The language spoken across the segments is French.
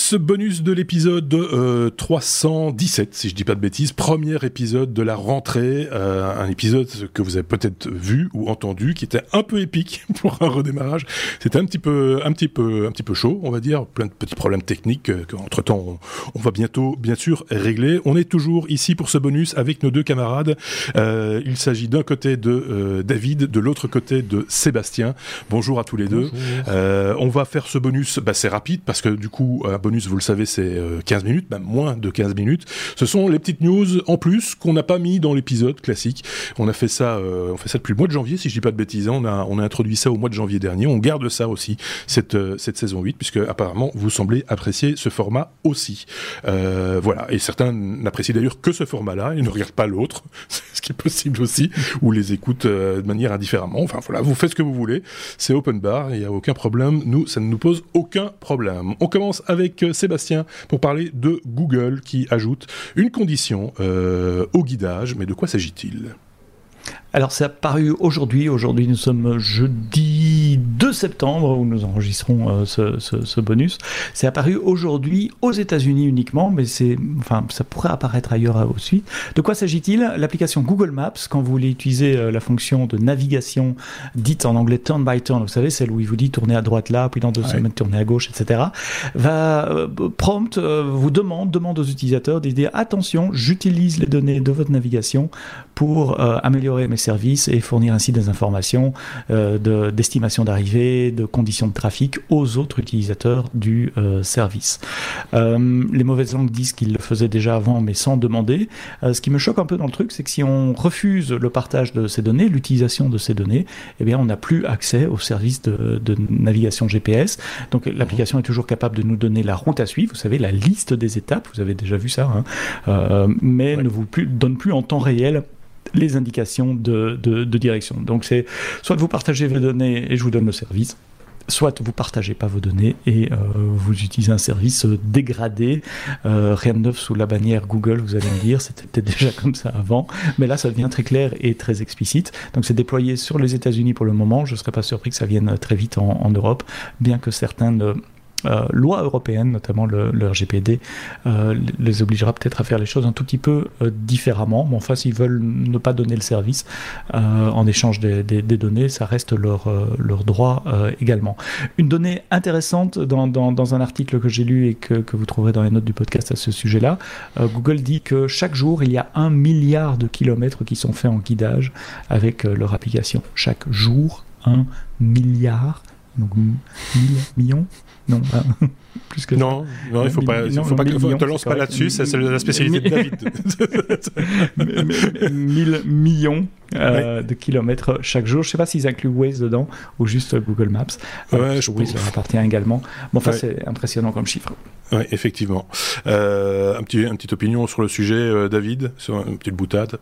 bonus de l'épisode 317, si je dis pas de bêtises, premier épisode de la rentrée, un épisode que vous avez peut-être vu ou entendu, qui était un peu épique pour un redémarrage. C'était un petit peu chaud, on va dire, plein de petits problèmes techniques qu'entre temps on va bientôt, bien sûr, régler. On est toujours ici pour ce bonus avec nos deux camarades. Il s'agit d'un côté de David, de l'autre côté de Sébastien. Bonjour à tous les deux. On va faire ce bonus, c'est rapide parce que du coup, un bonus, vous le savez, c'est 15 minutes, même moins de 15 minutes. Ce sont les petites news en plus qu'on n'a pas mis dans l'épisode classique. On fait ça depuis le mois de janvier, si je dis pas de bêtises. On a introduit ça au mois de janvier dernier. On garde ça aussi, cette saison 8, puisque apparemment vous semblez apprécier ce format aussi. Voilà. Et certains n'apprécient d'ailleurs que ce format-là et ne regardent pas l'autre, ce qui est possible aussi, ou les écoutent de manière indifféremment. Enfin voilà, vous faites ce que vous voulez. C'est open bar, il n'y a aucun problème. Nous, ça ne nous pose aucun problème. On commence avec Sébastien pour parler de Google qui ajoute une condition au guidage. Mais de quoi s'agit-il ? Alors, c'est apparu aujourd'hui. Aujourd'hui, nous sommes jeudi 2 septembre, où nous enregistrons ce bonus. C'est apparu aujourd'hui aux États-Unis uniquement, mais ça pourrait apparaître ailleurs aussi. De quoi s'agit-il ? L'application Google Maps, quand vous voulez utiliser la fonction de navigation dite en anglais turn by turn, vous savez, celle où il vous dit tourner à droite là, puis dans 2 semaines tourner à gauche, etc., vous demande aux utilisateurs de dire attention, j'utilise les données de votre navigation pour améliorer mes services et fournir ainsi des informations d'estimation d'arrivée, de conditions de trafic aux autres utilisateurs du service. Les mauvaises langues disent qu'ils le faisaient déjà avant, mais sans demander. Ce qui me choque un peu dans le truc, c'est que si on refuse le partage de ces données, l'utilisation de ces données, eh bien, on n'a plus accès au service de navigation GPS. Donc, l'application est toujours capable de nous donner la route à suivre, vous savez, la liste des étapes, vous avez déjà vu ça, mais ne vous donne plus en temps réel les indications de direction. Donc c'est soit vous partagez vos données et je vous donne le service, soit vous partagez pas vos données et vous utilisez un service dégradé, rien de neuf sous la bannière Google, vous allez me dire, c'était peut-être déjà comme ça avant, mais là ça devient très clair et très explicite. Donc c'est déployé sur les États-Unis pour le moment, je ne serais pas surpris que ça vienne très vite en Europe, bien que certaines lois européennes, notamment le RGPD, les obligera peut-être à faire les choses un tout petit peu différemment. Mais enfin, s'ils veulent ne pas donner le service en échange des données, ça reste leur droit également. Une donnée intéressante dans un article que j'ai lu et que vous trouverez dans les notes du podcast à ce sujet-là, Google dit que chaque jour, il y a 1 milliard de kilomètres qui sont faits en guidage avec leur application. Chaque jour, 1 milliard, donc 1000 millions. Non, plus que non, il faut pas te lance pas là-dessus, c'est la spécialité de David. 1000 millions de kilomètres chaque jour. Je ne sais pas s'ils incluent Waze dedans ou juste Google Maps. Waze leur appartient également. Bon, enfin, c'est impressionnant comme chiffre. Oui, effectivement. Une petite opinion sur le sujet, David, sur une petite boutade.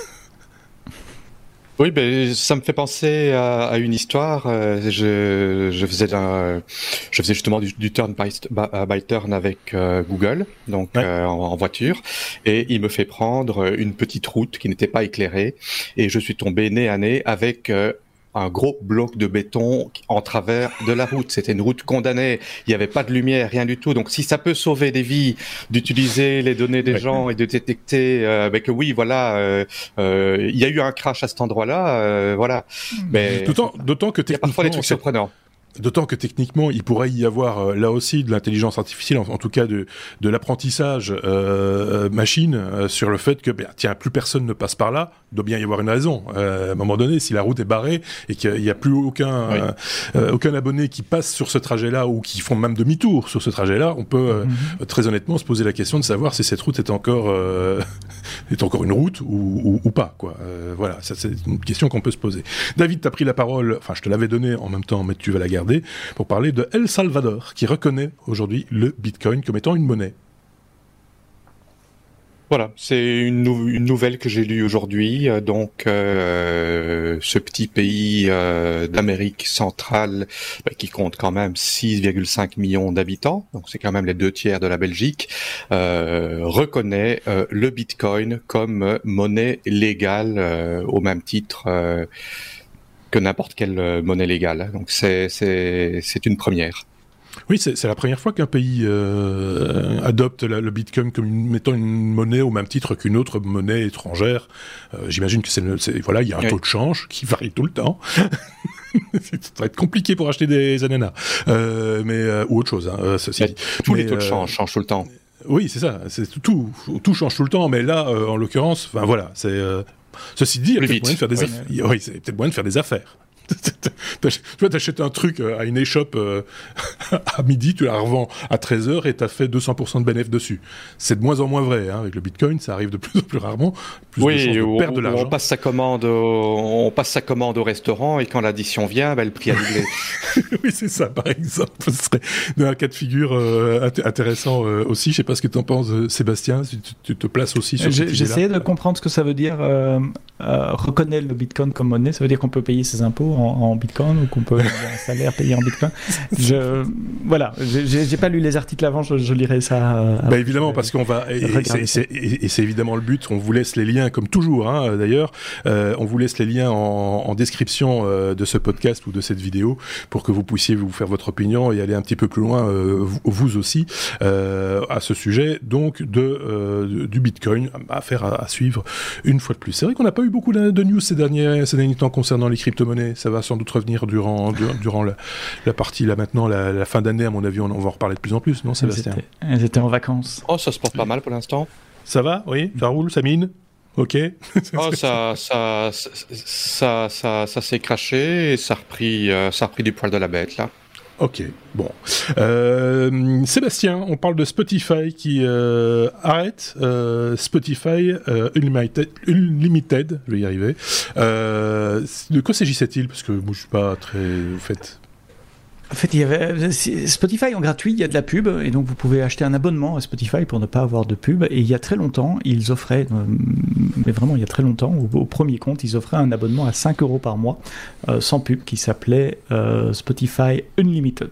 Oui, ça me fait penser à une histoire. Je faisais justement du turn by turn avec Google, donc en voiture, et il me fait prendre une petite route qui n'était pas éclairée, et je suis tombé nez à nez avec un gros bloc de béton en travers de la route. C'était une route condamnée. Il n'y avait pas de lumière, rien du tout. Donc, si ça peut sauver des vies, d'utiliser les données des gens et de détecter que oui, voilà, il y a eu un crash à cet endroit-là, voilà. Mais d'autant que il y a parfois des trucs surprenants. D'autant que techniquement, il pourrait y avoir là aussi de l'intelligence artificielle, en tout cas de l'apprentissage machine sur le fait que plus personne ne passe par là, il doit bien y avoir une raison. À un moment donné, si la route est barrée et qu'il n'y a plus aucun abonné qui passe sur ce trajet-là ou qui font même demi-tour sur ce trajet-là, on peut très honnêtement se poser la question de savoir si cette route est encore une route ou pas, quoi. Voilà, ça c'est une question qu'on peut se poser. David, t'as pris la parole, enfin je te l'avais donnée en même temps, mais tu vas la garder, pour parler de El Salvador, qui reconnaît aujourd'hui le Bitcoin comme étant une monnaie. Voilà, c'est une nouvelle que j'ai lue aujourd'hui. Donc, ce petit pays d'Amérique centrale qui compte quand même 6,5 millions d'habitants, donc c'est quand même les 2/3 de la Belgique, reconnaît le Bitcoin comme monnaie légale au même titre que n'importe quelle monnaie légale. Donc, c'est une première. Oui, c'est la première fois qu'un pays adopte le Bitcoin comme mettant une monnaie au même titre qu'une autre monnaie étrangère. J'imagine que voilà, il y a un taux de change qui varie tout le temps. Ça va être compliqué pour acheter des ananas, ou autre chose. Tous les taux de change changent tout le temps. Oui, c'est ça. Tout change tout le temps, mais là, en l'occurrence, enfin voilà, ceci dit, il y a peut-être moyen de faire des affaires. Oui, c'est peut-être moyen de faire des affaires. Tu vois, t'achètes un truc à une échoppe à midi, tu la revends à 13h et t'as fait 200% de bénéfice dessus. C'est de moins en moins vrai, hein. Avec le Bitcoin, ça arrive de plus en plus rarement. Plus de chances de perdre de l'argent. On passe sa commande au restaurant et quand l'addition vient, le prix a doublé. Oui, c'est ça, par exemple. Ce serait un cas de figure intéressant aussi. Je sais pas ce que t'en penses, Sébastien, si tu te places aussi sur ce sujet-là. J'essayais de comprendre ce que ça veut dire reconnaître le Bitcoin comme monnaie. Ça veut dire qu'on peut payer ses impôts en Bitcoin ou qu'on peut avoir un salaire payé en Bitcoin. Voilà, j'ai pas lu les articles avant, je lirai ça. Évidemment, parce qu'on va et c'est évidemment le but. On vous laisse les liens comme toujours. Hein, d'ailleurs, on vous laisse les liens en description de ce podcast ou de cette vidéo pour que vous puissiez vous faire votre opinion et aller un petit peu plus loin vous aussi à ce sujet donc du Bitcoin. Affaire à suivre une fois de plus. C'est vrai qu'on n'a pas eu beaucoup de news ces derniers temps concernant les crypto-monnaies. Ça va sans doute revenir durant la partie là maintenant, la fin d'année à mon avis, on va en reparler de plus en plus, non Sébastien? Elles étaient en vacances. Oh, ça se porte pas mal pour l'instant. Ça va, oui, ça roule, ça mine. Ok. Oh, ça s'est craché et ça a repris du poil de la bête là. Ok, bon. Sébastien, on parle de Spotify qui arrête Spotify Unlimited, je vais y arriver. De quoi s'agissait-il? Parce que moi je suis pas très au fait. En fait, il y avait Spotify en gratuit, il y a de la pub, et donc vous pouvez acheter un abonnement à Spotify pour ne pas avoir de pub. Et il y a très longtemps, ils offraient, mais vraiment il y a très longtemps, au premier compte, ils offraient un abonnement à 5€ par mois, sans pub, qui s'appelait Spotify Unlimited.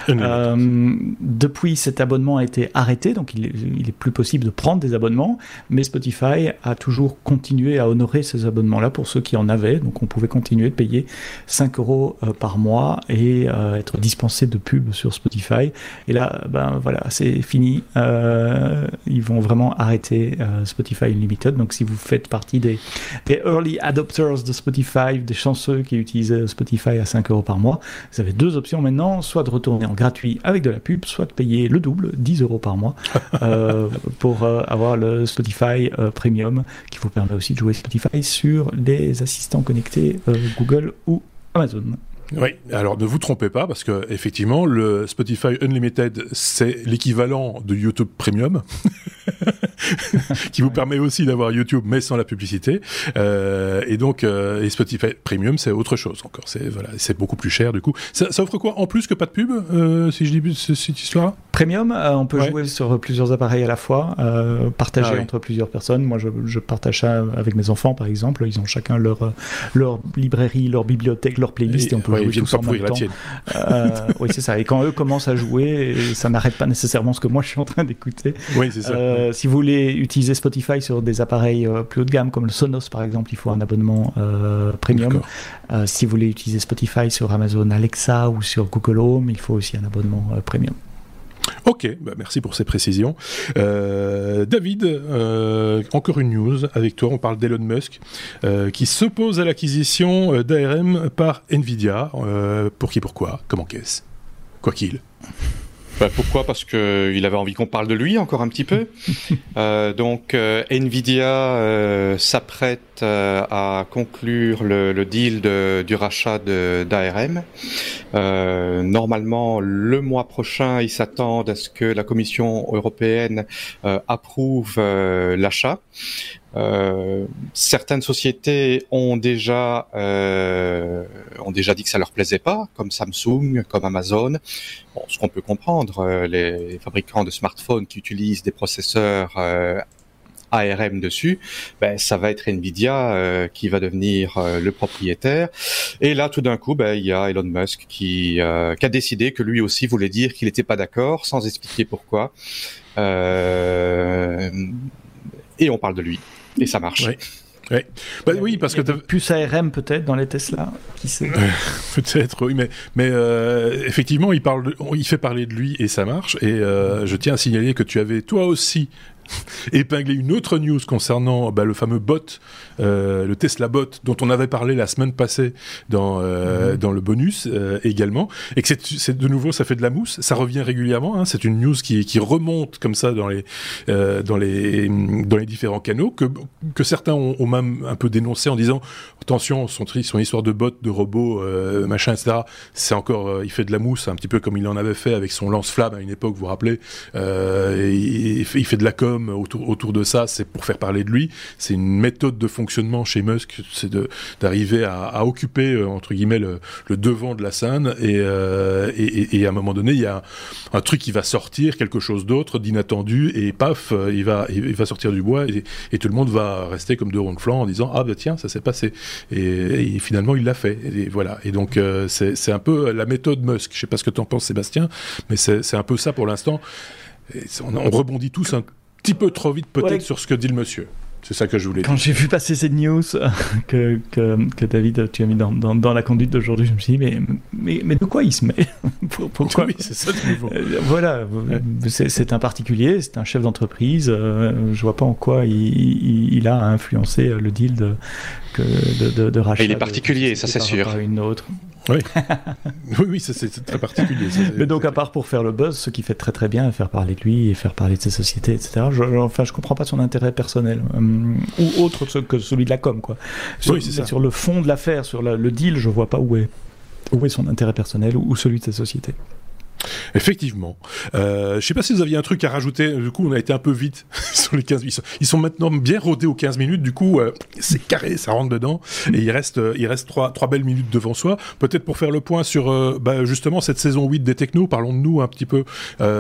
Depuis, cet abonnement a été arrêté, donc il est plus possible de prendre des abonnements, mais Spotify a toujours continué à honorer ces abonnements-là pour ceux qui en avaient. Donc on pouvait continuer de payer 5€ par mois et être dispensé de pub sur Spotify. Et là, voilà, c'est fini. Ils vont vraiment arrêter Spotify Unlimited. Donc si vous faites partie des early adopters de Spotify, des chanceux qui utilisent Spotify à 5€ par mois, vous avez deux options maintenant, soit de retourner en gratuit avec de la pub, soit de payer le double, 10€ par mois, pour avoir le Spotify Premium, qui vous permet aussi de jouer Spotify sur les assistants connectés Google ou Amazon. Oui, alors ne vous trompez pas, parce que effectivement, le Spotify Unlimited, c'est l'équivalent de YouTube Premium, qui vous permet aussi d'avoir YouTube, mais sans la publicité. Et donc, et Spotify Premium, c'est autre chose encore. C'est beaucoup plus cher du coup. Ça offre quoi en plus que pas de pub, si je dis cette histoire? Premium, on peut jouer sur plusieurs appareils à la fois, partager entre plusieurs personnes. Moi, je partage ça avec mes enfants, par exemple. Ils ont chacun leur librairie, leur bibliothèque, leur playlist, et on peut jouer tous en même temps. Oui, c'est ça. Et quand eux commencent à jouer, ça n'arrête pas nécessairement ce que moi je suis en train d'écouter. Oui, c'est ça. Si vous voulez utiliser Spotify sur des appareils plus haut de gamme, comme le Sonos par exemple, il faut un abonnement premium. Si vous voulez utiliser Spotify sur Amazon Alexa ou sur Google Home, il faut aussi un abonnement premium. Ok, merci pour ces précisions. David, encore une news avec toi. On parle d'Elon Musk qui s'oppose à l'acquisition d'ARM par Nvidia. Pour qui, pourquoi, comment qu'est-ce? Quoi qu'il. Pourquoi? Parce qu'il avait envie qu'on parle de lui encore un petit peu. Donc Nvidia s'apprête à conclure le deal du rachat d'ARM. Normalement, le mois prochain, ils s'attendent à ce que la Commission européenne approuve l'achat. Certaines sociétés ont déjà dit que ça leur plaisait pas, comme Samsung, comme Amazon. Bon, ce qu'on peut comprendre, les fabricants de smartphones qui utilisent des processeurs ARM dessus, ça va être Nvidia qui va devenir le propriétaire. Et là, tout d'un coup, il y a Elon Musk qui a décidé que lui aussi voulait dire qu'il n'était pas d'accord, sans expliquer pourquoi. Et on parle de lui. Et ça marche. Oui. Ouais. Bah, oui, parce que plus ARM peut-être dans les Tesla, qui sait. Peut-être, oui, mais effectivement, il fait parler de lui et ça marche. Et je tiens à signaler que tu avais toi aussi épinglé une autre news concernant le fameux bot, le Tesla bot dont on avait parlé la semaine passée dans le bonus également, et que c'est de nouveau, ça fait de la mousse, ça revient régulièrement, hein, c'est une news qui remonte comme ça dans les différents canaux, que certains ont même un peu dénoncé en disant attention, son histoire de bot, de robot, machin, etc., c'est encore, il fait de la mousse, un petit peu comme il en avait fait avec son lance-flamme à une époque, vous vous rappelez, il fait de la com autour de ça, c'est pour faire parler de lui. C'est une méthode de fonctionnement chez Musk, c'est d'arriver à occuper entre guillemets le devant de la scène et à un moment donné il y a un truc qui va sortir, quelque chose d'autre d'inattendu et paf, il va sortir du bois et tout le monde va rester comme deux ronds de flanc en disant ah bah tiens, ça s'est passé et finalement il l'a fait et voilà. Et donc c'est un peu la méthode Musk. Je sais pas ce que t'en penses, Sébastien, mais c'est un peu ça pour l'instant. On rebondit tous un petit peu trop vite peut-être sur ce que dit le monsieur. C'est ça que je voulais dire. Quand j'ai vu passer cette news que David, tu as mis dans la conduite d'aujourd'hui, je me suis dit, mais de quoi il se met? Pourquoi? Oui, c'est ça de nouveau. Voilà, c'est un particulier, c'est un chef d'entreprise. Je vois pas en quoi il a influencé le deal de rachat. Il est particulier, ça c'est sûr. Par une autre. Oui, oui, c'est très particulier. Mais donc, à part pour faire le buzz, ce qui fait très très bien, faire parler de lui et faire parler de ses sociétés, etc., je comprends pas son intérêt personnel, ou autre que celui de la com, quoi. Oui, c'est ça. Sur le fond de l'affaire, sur le deal, je vois pas où est son intérêt personnel ou celui de sa société. Effectivement. Je sais pas si vous aviez un truc à rajouter. Du coup, on a été un peu vite sur les 15 minutes. Ils sont maintenant bien rodés aux 15 minutes. Du coup, c'est carré, ça rentre dedans. Et il reste trois belles minutes devant soi. Peut-être pour faire le point sur justement cette saison 8 des Technos. Parlons de nous un petit peu.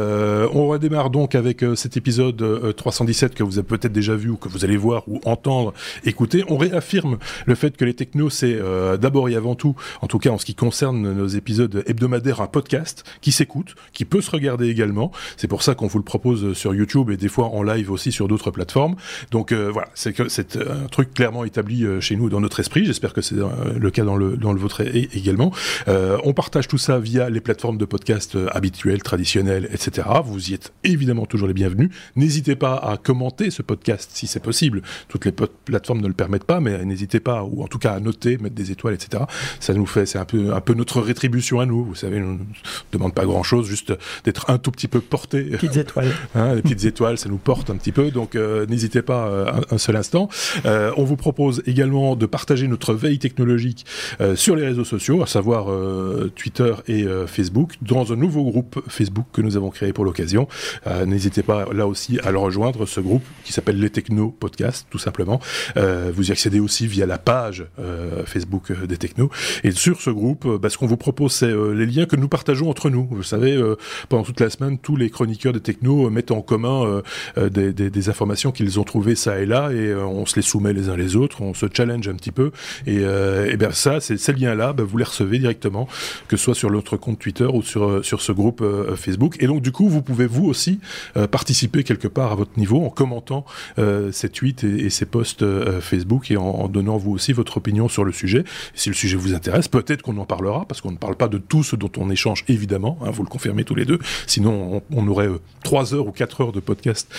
On redémarre donc avec cet épisode 317 que vous avez peut-être déjà vu ou que vous allez voir ou entendre, écouter. On réaffirme le fait que les Technos, c'est d'abord et avant tout, en tout cas en ce qui concerne nos épisodes hebdomadaires, un podcast qui s'écoute, qui peut se regarder également. C'est pour ça qu'on vous le propose sur YouTube et des fois en live aussi sur d'autres plateformes. Donc voilà, c'est un truc clairement établi chez nous dans notre esprit. J'espère que c'est le cas dans le vôtre également. On partage tout ça via les plateformes de podcast habituelles, traditionnelles, etc. Vous y êtes évidemment toujours les bienvenus. N'hésitez pas à commenter ce podcast si c'est possible. Toutes les plateformes ne le permettent pas, mais n'hésitez pas, ou en tout cas à noter, mettre des étoiles, etc. Ça nous fait, c'est un peu notre rétribution à nous. Vous savez, on ne demande pas grand-chose, juste d'être un tout petit peu porté. Petites étoiles. Les petites étoiles, ça nous porte un petit peu, donc n'hésitez pas un seul instant. On vous propose également de partager notre veille technologique sur les réseaux sociaux, à savoir Twitter et Facebook, dans un nouveau groupe Facebook que nous avons créé pour l'occasion. N'hésitez pas là aussi à le rejoindre, ce groupe qui s'appelle Les Technos Podcast, tout simplement. Vous y accédez aussi via la page Facebook des Technos. Et sur ce groupe, ce qu'on vous propose, c'est les liens que nous partageons entre nous. Vous savez, pendant toute la semaine, tous les chroniqueurs des Technos mettent en commun des informations qu'ils ont trouvées ça et là, et on se les soumet les uns les autres, on se challenge un petit peu, et bien ça, ces liens-là, vous les recevez directement, que ce soit sur notre compte Twitter ou sur ce groupe Facebook. Et donc du coup, vous pouvez vous aussi participer quelque part à votre niveau en commentant ces tweets et ces posts Facebook, et en donnant vous aussi votre opinion sur le sujet. Et si le sujet vous intéresse, peut-être qu'on en parlera, parce qu'on ne parle pas de tout ce dont on échange évidemment, vous le confirmez tous les deux, sinon on aurait 3 heures ou 4 heures de podcast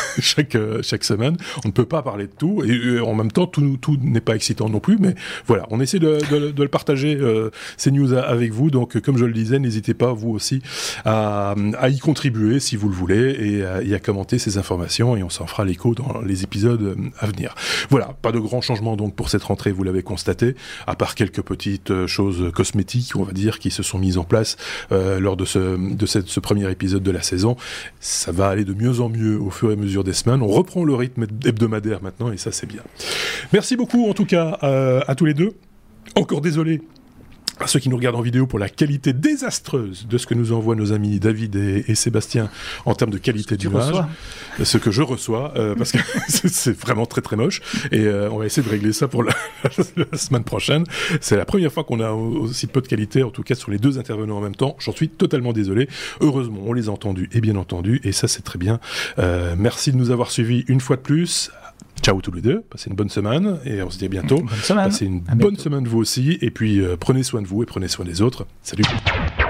chaque semaine. On ne peut pas parler de tout, et en même temps tout n'est pas excitant non plus, mais voilà, on essaie de le partager, ces news avec vous. Donc comme je le disais, n'hésitez pas vous aussi à y contribuer si vous le voulez, et à commenter ces informations, et on s'en fera l'écho dans les épisodes à venir. Voilà, pas de grands changements donc pour cette rentrée, vous l'avez constaté, à part quelques petites choses cosmétiques, on va dire, qui se sont mises en place lors de ce premier épisode de la saison. Ça va aller de mieux en mieux au fur et à mesure des semaines. On reprend le rythme hebdomadaire maintenant, et ça c'est bien. Merci beaucoup en tout cas à tous les deux. Encore désolé à ceux qui nous regardent en vidéo pour la qualité désastreuse de ce que nous envoient nos amis David et Sébastien en termes de qualité d'image. Ce que je reçois, parce que c'est vraiment très très moche, et on va essayer de régler ça pour la semaine prochaine. C'est la première fois qu'on a aussi peu de qualité, en tout cas sur les deux intervenants en même temps. J'en suis totalement désolé. Heureusement, on les a entendus, et bien entendu, et ça c'est très bien. Merci de nous avoir suivis une fois de plus. Ciao tous les deux, passez une bonne semaine et on se dit à bientôt. Bonne semaine. Passez une bonne semaine vous aussi et puis prenez soin de vous et prenez soin des autres. Salut.